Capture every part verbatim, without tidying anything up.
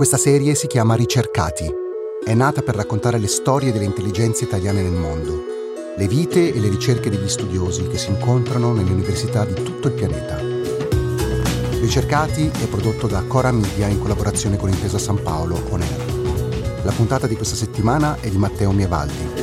Questa serie si chiama Ricercati. È nata per raccontare le storie delle intelligenze italiane nel mondo, le vite e le ricerche degli studiosi che si incontrano nelle università di tutto il pianeta. Ricercati è prodotto da Cora Media in collaborazione con Intesa San Paolo On Air. La puntata di questa settimana è di Matteo Mievaldi.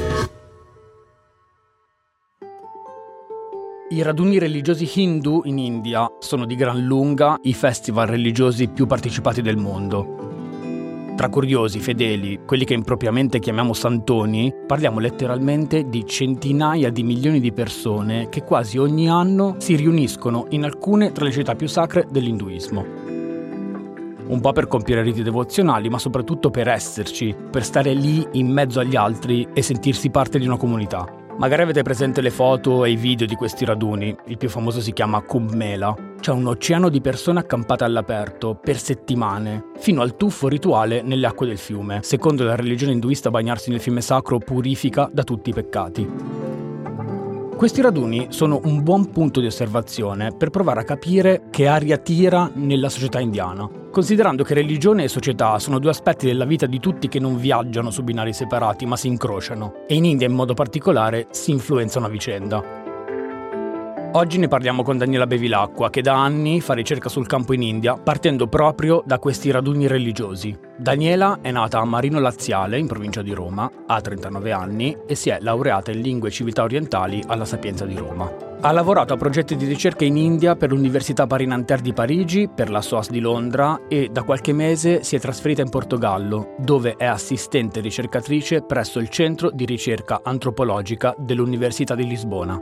I raduni religiosi hindu in India sono di gran lunga i festival religiosi più partecipati del mondo. Tra curiosi, fedeli, quelli che impropriamente chiamiamo santoni, parliamo letteralmente di centinaia di milioni di persone che quasi ogni anno si riuniscono in alcune tra le città più sacre dell'induismo. Un po' per compiere riti devozionali, ma soprattutto per esserci, per stare lì in mezzo agli altri e sentirsi parte di una comunità. Magari avete presente le foto e i video di questi raduni. Il più famoso si chiama Kumbh Mela. C'è un oceano di persone accampate all'aperto per settimane, fino al tuffo rituale nelle acque del fiume. Secondo la religione induista, bagnarsi nel fiume sacro purifica da tutti i peccati. Questi raduni sono un buon punto di osservazione per provare a capire che aria tira nella società indiana, considerando che religione e società sono due aspetti della vita di tutti che non viaggiano su binari separati ma si incrociano, e in India in modo particolare si influenzano a vicenda. Oggi ne parliamo con Daniela Bevilacqua, che da anni fa ricerca sul campo in India, partendo proprio da questi raduni religiosi. Daniela è nata a Marino Laziale, in provincia di Roma, ha trentanove anni e si è laureata in Lingue e Civiltà Orientali alla Sapienza di Roma. Ha lavorato a progetti di ricerca in India per l'Università Paris-Nanterre di Parigi, per la S O A S di Londra e da qualche mese si è trasferita in Portogallo, dove è assistente ricercatrice presso il Centro di Ricerca Antropologica dell'Università di Lisbona.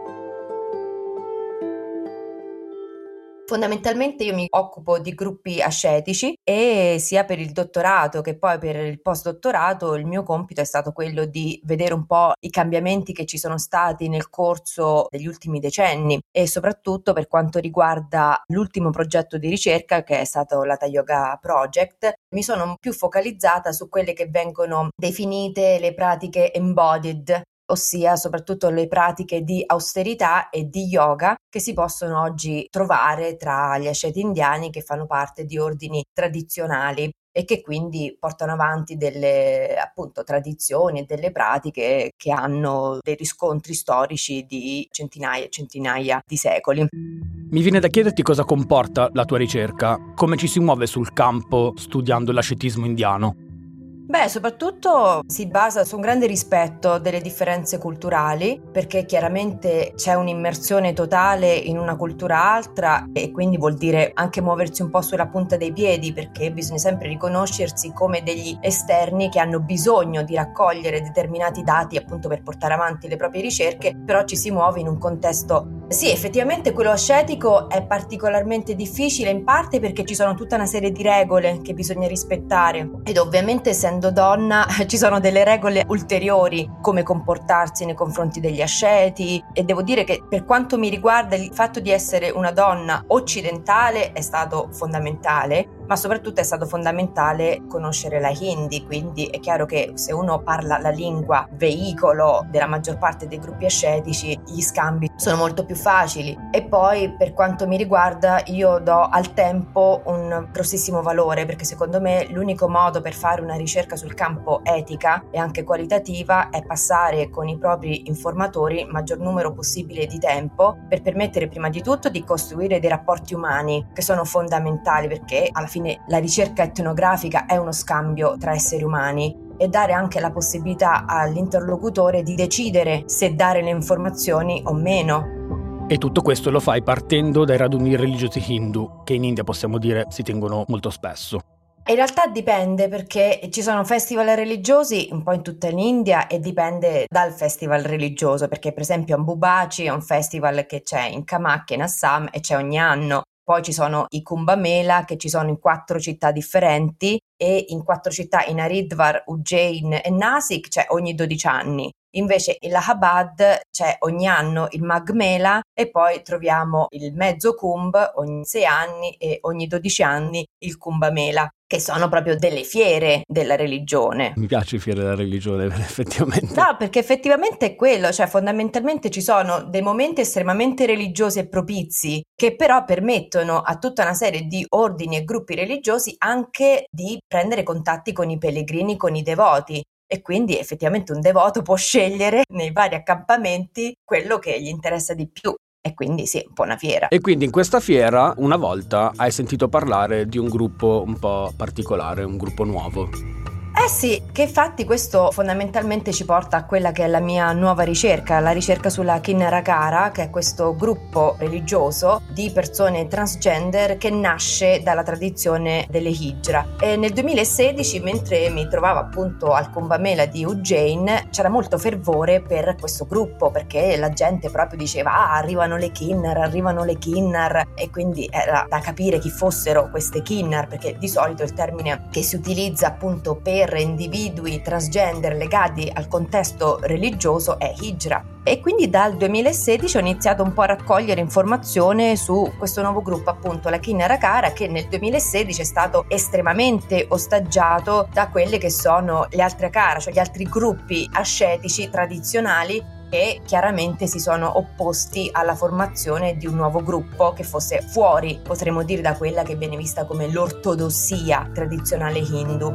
Fondamentalmente io mi occupo di gruppi ascetici e sia per il dottorato che poi per il postdottorato il mio compito è stato quello di vedere un po' i cambiamenti che ci sono stati nel corso degli ultimi decenni e soprattutto per quanto riguarda l'ultimo progetto di ricerca che è stato l'Hatha Yoga Project. Mi sono più focalizzata su quelle che vengono definite le pratiche embodied, ossia soprattutto le pratiche di austerità e di yoga che si possono oggi trovare tra gli asceti indiani che fanno parte di ordini tradizionali e che quindi portano avanti delle appunto tradizioni e delle pratiche che hanno dei riscontri storici di centinaia e centinaia di secoli. Mi viene da chiederti cosa comporta la tua ricerca, come ci si muove sul campo studiando l'ascetismo indiano. Beh, soprattutto si basa su un grande rispetto delle differenze culturali, perché chiaramente c'è un'immersione totale in una cultura altra e quindi vuol dire anche muoversi un po' sulla punta dei piedi, perché bisogna sempre riconoscersi come degli esterni che hanno bisogno di raccogliere determinati dati appunto per portare avanti le proprie ricerche, però ci si muove in un contesto. Sì, effettivamente quello ascetico è particolarmente difficile in parte perché ci sono tutta una serie di regole che bisogna rispettare ed ovviamente essendo donna ci sono delle regole ulteriori come comportarsi nei confronti degli asceti e devo dire che per quanto mi riguarda il fatto di essere una donna occidentale è stato fondamentale, ma soprattutto è stato fondamentale conoscere la Hindi, quindi è chiaro che se uno parla la lingua veicolo della maggior parte dei gruppi ascetici gli scambi sono molto più facili e poi per quanto mi riguarda io do al tempo un grossissimo valore perché secondo me l'unico modo per fare una ricerca sul campo etica e anche qualitativa è passare con i propri informatori il maggior numero possibile di tempo per permettere prima di tutto di costruire dei rapporti umani che sono fondamentali perché alla fine la ricerca etnografica è uno scambio tra esseri umani e dare anche la possibilità all'interlocutore di decidere se dare le informazioni o meno. E tutto questo lo fai partendo dai raduni religiosi hindu, che in India possiamo dire si tengono molto spesso. In realtà dipende perché ci sono festival religiosi un po' in tutta l'India e dipende dal festival religioso perché per esempio Ambubaci è un festival che c'è in Kamakya in Assam e c'è ogni anno. Poi ci sono i Kumbh Mela che ci sono in quattro città differenti e in quattro città in Haridwar, Ujjain e Nasik c'è ogni dodici anni. Invece in Allahabad c'è ogni anno il Magh Mela e poi troviamo il mezzo Kumbh ogni sei anni e ogni dodici anni il Kumbh Mela. che sono proprio delle fiere della religione. Mi piace fiere della religione, effettivamente. No, perché effettivamente è quello, cioè fondamentalmente ci sono dei momenti estremamente religiosi e propizi che però permettono a tutta una serie di ordini e gruppi religiosi anche di prendere contatti con i pellegrini, con i devoti. E quindi effettivamente un devoto può scegliere nei vari accampamenti quello che gli interessa di più. E quindi sì, un po' una fiera. E quindi in questa fiera una volta hai sentito parlare di un gruppo un po' particolare, un gruppo nuovo. Eh sì, che infatti questo fondamentalmente ci porta a quella che è la mia nuova ricerca, la ricerca sulla Kinnara, che è questo gruppo religioso di persone transgender che nasce dalla tradizione delle Hijra. E nel duemilasedici, mentre mi trovavo appunto al Kumbh Mela di Ujjain, c'era molto fervore per questo gruppo, perché la gente proprio diceva ah, arrivano le Kinnar, arrivano le Kinnar, e quindi era da capire chi fossero queste Kinnar, perché di solito il termine che si utilizza appunto per individui transgender legati al contesto religioso è Hijra. E quindi dal duemilasedici ho iniziato un po' a raccogliere informazione su questo nuovo gruppo, appunto la Kinnara, che nel duemilasedici è stato estremamente osteggiato da quelle che sono le altre Akara, cioè gli altri gruppi ascetici tradizionali che chiaramente si sono opposti alla formazione di un nuovo gruppo che fosse fuori, potremmo dire, da quella che viene vista come l'ortodossia tradizionale hindu,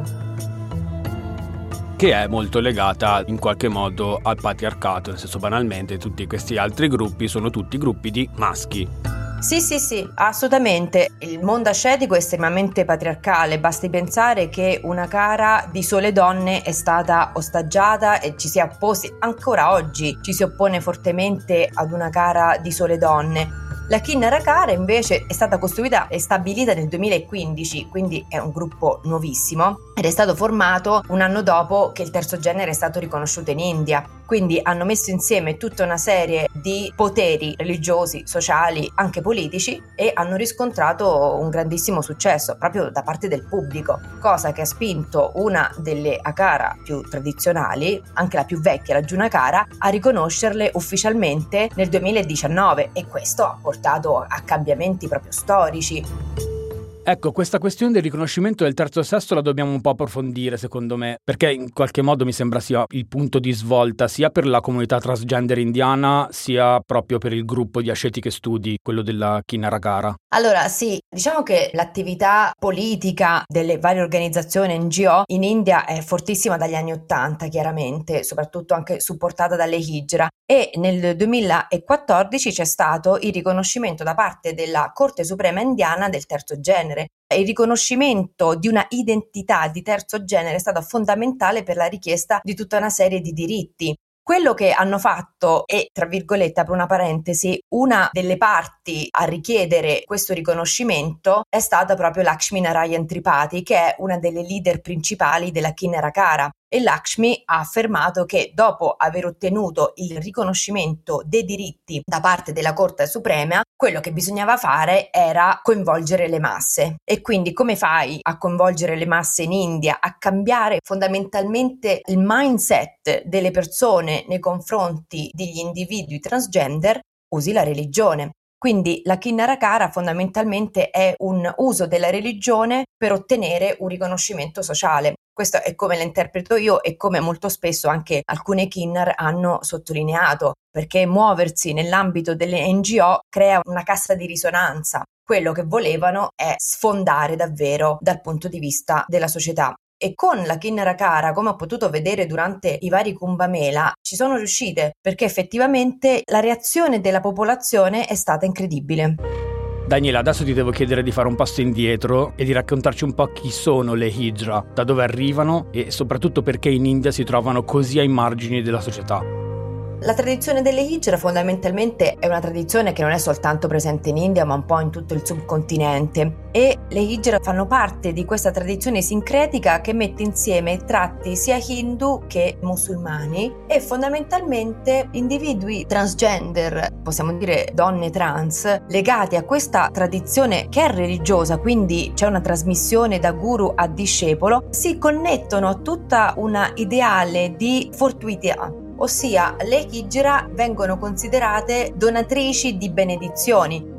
che è molto legata in qualche modo al patriarcato, nel senso banalmente tutti questi altri gruppi sono tutti gruppi di maschi. Sì, sì, sì, assolutamente. Il mondo ascetico è estremamente patriarcale, basti pensare che una Kara di sole donne è stata ostaggiata e ci si è opposti, ancora oggi ci si oppone fortemente ad una Kara di sole donne. La Kinnara invece è stata costruita e stabilita nel duemilaquindici, quindi è un gruppo nuovissimo ed è stato formato un anno dopo che il terzo genere è stato riconosciuto in India. Quindi hanno messo insieme tutta una serie di poteri religiosi, sociali, anche politici, e hanno riscontrato un grandissimo successo proprio da parte del pubblico, cosa che ha spinto una delle Akara più tradizionali, anche la più vecchia, la Junakara, a riconoscerle ufficialmente nel duemiladiciannove, e questo ha portato a cambiamenti proprio storici. Ecco, questa questione del riconoscimento del terzo sesso la dobbiamo un po' approfondire, secondo me, perché in qualche modo mi sembra sia il punto di svolta sia per la comunità transgender indiana, sia proprio per il gruppo di ascetiche studi, quello della Kinnara. Allora sì, diciamo che l'attività politica delle varie organizzazioni N G O in India è fortissima dagli anni Ottanta, chiaramente, soprattutto anche supportata dalle Hijra, e nel duemilaquattordici c'è stato il riconoscimento da parte della Corte Suprema indiana del terzo genere. Il riconoscimento di una identità di terzo genere è stato fondamentale per la richiesta di tutta una serie di diritti. Quello che hanno fatto, e tra virgolette apro una parentesi, una delle parti a richiedere questo riconoscimento è stata proprio Lakshmi Narayan Tripathi, che è una delle leader principali della Kinnara. E Lakshmi ha affermato che dopo aver ottenuto il riconoscimento dei diritti da parte della Corte Suprema, quello che bisognava fare era coinvolgere le masse. E quindi come fai a coinvolgere le masse in India, a cambiare fondamentalmente il mindset delle persone nei confronti degli individui transgender? Usi la religione. Quindi la Kinnara fondamentalmente è un uso della religione per ottenere un riconoscimento sociale. Questo è come la interpreto io e come molto spesso anche alcune Kinnar hanno sottolineato, perché muoversi nell'ambito delle N G O crea una cassa di risonanza. Quello che volevano è sfondare davvero dal punto di vista della società. E con la Kinnara, come ho potuto vedere durante i vari Kumbh Mela, ci sono riuscite, perché effettivamente la reazione della popolazione è stata incredibile. Daniela, adesso ti devo chiedere di fare un passo indietro e di raccontarci un po' chi sono le Hijra, da dove arrivano e soprattutto perché in India si trovano così ai margini della società. La tradizione delle Hijra fondamentalmente è una tradizione che non è soltanto presente in India, ma un po' in tutto il subcontinente, e le Hijra fanno parte di questa tradizione sincretica che mette insieme tratti sia hindu che musulmani e fondamentalmente individui transgender, possiamo dire donne trans, legati a questa tradizione che è religiosa, quindi c'è una trasmissione da guru a discepolo, si connettono a tutta una ideale di fortuità. Ossia, le Hijra vengono considerate donatrici di benedizioni,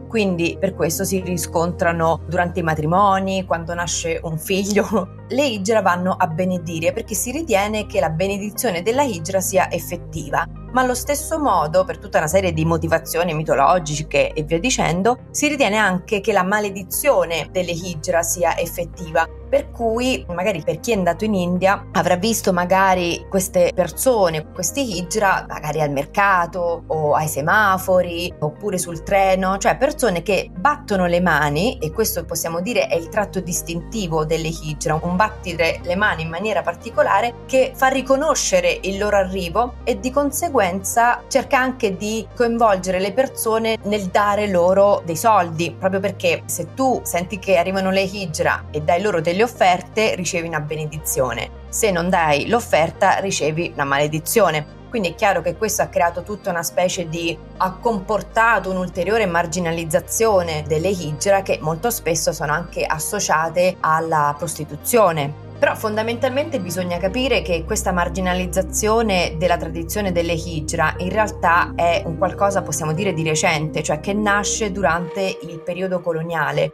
quindi per questo si riscontrano durante i matrimoni, quando nasce un figlio. Le hijra vanno a benedire perché si ritiene che la benedizione della hijra sia effettiva, ma allo stesso modo, per tutta una serie di motivazioni mitologiche e via dicendo, si ritiene anche che la maledizione delle hijra sia effettiva. Per cui, magari per chi è andato in India, avrà visto magari queste persone, questi hijra, magari al mercato o ai semafori oppure sul treno, cioè persone che battono le mani, e questo possiamo dire è il tratto distintivo delle hijra, un battere le mani in maniera particolare che fa riconoscere il loro arrivo e di conseguenza cerca anche di coinvolgere le persone nel dare loro dei soldi, proprio perché se tu senti che arrivano le hijra e dai loro delle offerte ricevi una benedizione, se non dai l'offerta ricevi una maledizione. Quindi è chiaro che questo ha creato tutta una specie di ha comportato un'ulteriore marginalizzazione delle hijra che molto spesso sono anche associate alla prostituzione. Però fondamentalmente bisogna capire che questa marginalizzazione della tradizione delle hijra in realtà è un qualcosa, possiamo dire, di recente, cioè che nasce durante il periodo coloniale,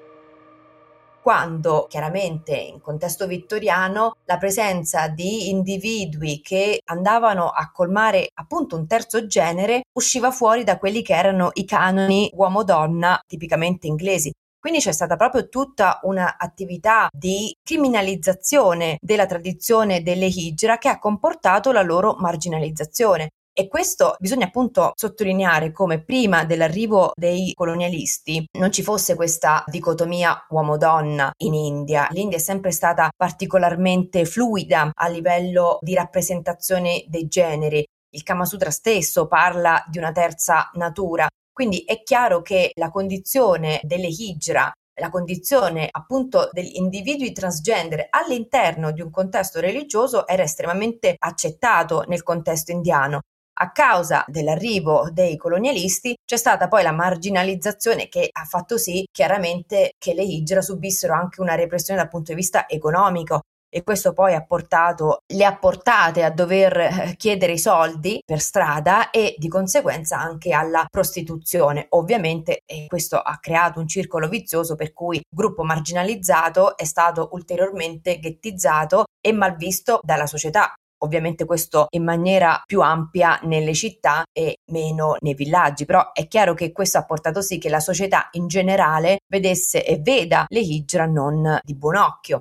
quando chiaramente in contesto vittoriano la presenza di individui che andavano a colmare appunto un terzo genere usciva fuori da quelli che erano i canoni uomo-donna tipicamente inglesi. Quindi c'è stata proprio tutta un'attività di criminalizzazione della tradizione delle hijra che ha comportato la loro marginalizzazione. E questo bisogna appunto sottolineare come prima dell'arrivo dei colonialisti non ci fosse questa dicotomia uomo-donna in India. L'India è sempre stata particolarmente fluida a livello di rappresentazione dei generi. Il Kama Sutra stesso parla di una terza natura. Quindi è chiaro che la condizione delle hijra, la condizione appunto degli individui transgender all'interno di un contesto religioso era estremamente accettato nel contesto indiano. A causa dell'arrivo dei colonialisti c'è stata poi la marginalizzazione che ha fatto sì chiaramente che le hijra subissero anche una repressione dal punto di vista economico, e questo poi ha portato, le ha portate a dover chiedere i soldi per strada e di conseguenza anche alla prostituzione, ovviamente, e questo ha creato un circolo vizioso per cui il gruppo marginalizzato è stato ulteriormente ghettizzato e malvisto dalla società. Ovviamente questo in maniera più ampia nelle città e meno nei villaggi, però è chiaro che questo ha portato sì che la società in generale vedesse e veda le hijra non di buon occhio.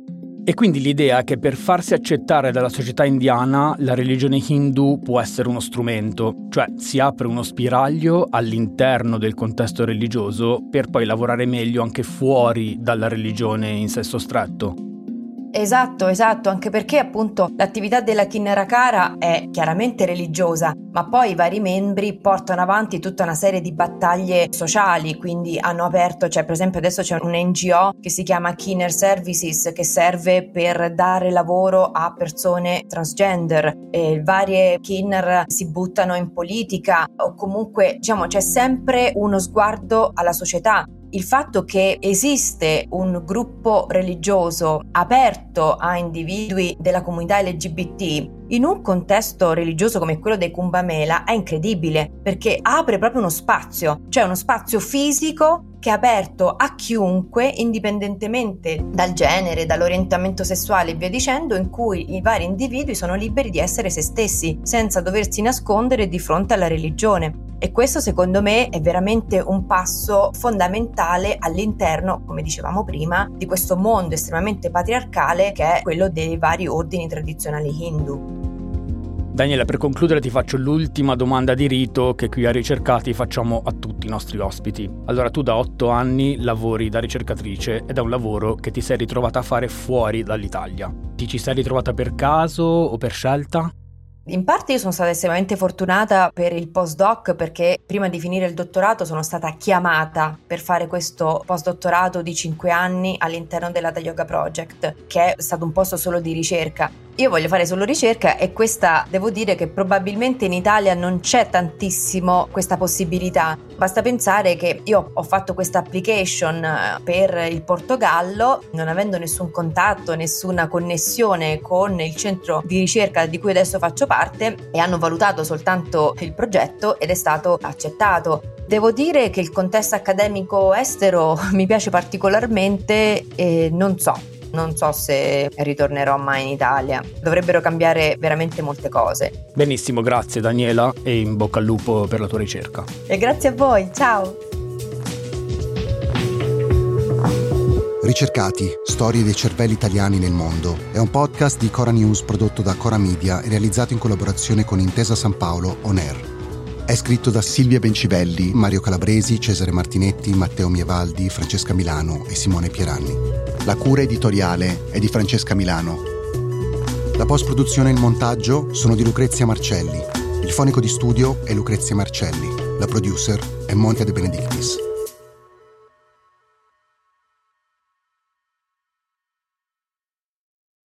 E quindi l'idea che per farsi accettare dalla società indiana la religione hindu può essere uno strumento, cioè si apre uno spiraglio all'interno del contesto religioso per poi lavorare meglio anche fuori dalla religione in senso stretto. Esatto, esatto, anche perché appunto l'attività della Kinnarakara è chiaramente religiosa, ma poi i vari membri portano avanti tutta una serie di battaglie sociali, quindi hanno aperto, cioè per esempio adesso c'è un N G O che si chiama Kinner Services che serve per dare lavoro a persone transgender, e varie Kinner si buttano in politica o comunque diciamo c'è sempre uno sguardo alla società. Il fatto che esiste un gruppo religioso aperto a individui della comunità L G B T in un contesto religioso come quello dei Kumbh Mela è incredibile, perché apre proprio uno spazio, cioè uno spazio fisico che è aperto a chiunque, indipendentemente dal genere, dall'orientamento sessuale e via dicendo, in cui i vari individui sono liberi di essere se stessi, senza doversi nascondere di fronte alla religione. E questo secondo me è veramente un passo fondamentale all'interno, come dicevamo prima, di questo mondo estremamente patriarcale che è quello dei vari ordini tradizionali hindu. Daniela, per concludere ti faccio l'ultima domanda di rito che qui a Ricercati facciamo a tutti i nostri ospiti. Allora, tu da otto anni lavori da ricercatrice ed è un lavoro che ti sei ritrovata a fare fuori dall'Italia. Ti ci sei ritrovata per caso o per scelta? In parte io sono stata estremamente fortunata per il postdoc, perché prima di finire il dottorato sono stata chiamata per fare questo postdottorato di cinque anni all'interno della Hatha Yoga Project, che è stato un posto solo di ricerca. Io voglio fare solo ricerca e questa, devo dire che probabilmente in Italia non c'è tantissimo questa possibilità. Basta pensare che io ho fatto questa application per il Portogallo, non avendo nessun contatto, nessuna connessione con il centro di ricerca di cui adesso faccio parte, e hanno valutato soltanto il progetto ed è stato accettato. Devo dire che il contesto accademico estero mi piace particolarmente e non so, non so se ritornerò mai in Italia. Dovrebbero cambiare veramente molte cose. Benissimo, grazie Daniela e in bocca al lupo per la tua ricerca. E grazie a voi, ciao! Ricercati, storie dei cervelli italiani nel mondo è un podcast di Cora News prodotto da Cora Media e realizzato in collaborazione con Intesa San Paolo On Air. È scritto da Silvia Bencivelli, Mario Calabresi, Cesare Martinetti, Matteo Mievaldi, Francesca Milano e Simone Pieranni. La cura editoriale è di Francesca Milano. La post-produzione e il montaggio sono di Lucrezia Marcelli. Il fonico di studio è Lucrezia Marcelli. La producer è Monica De Benedictis.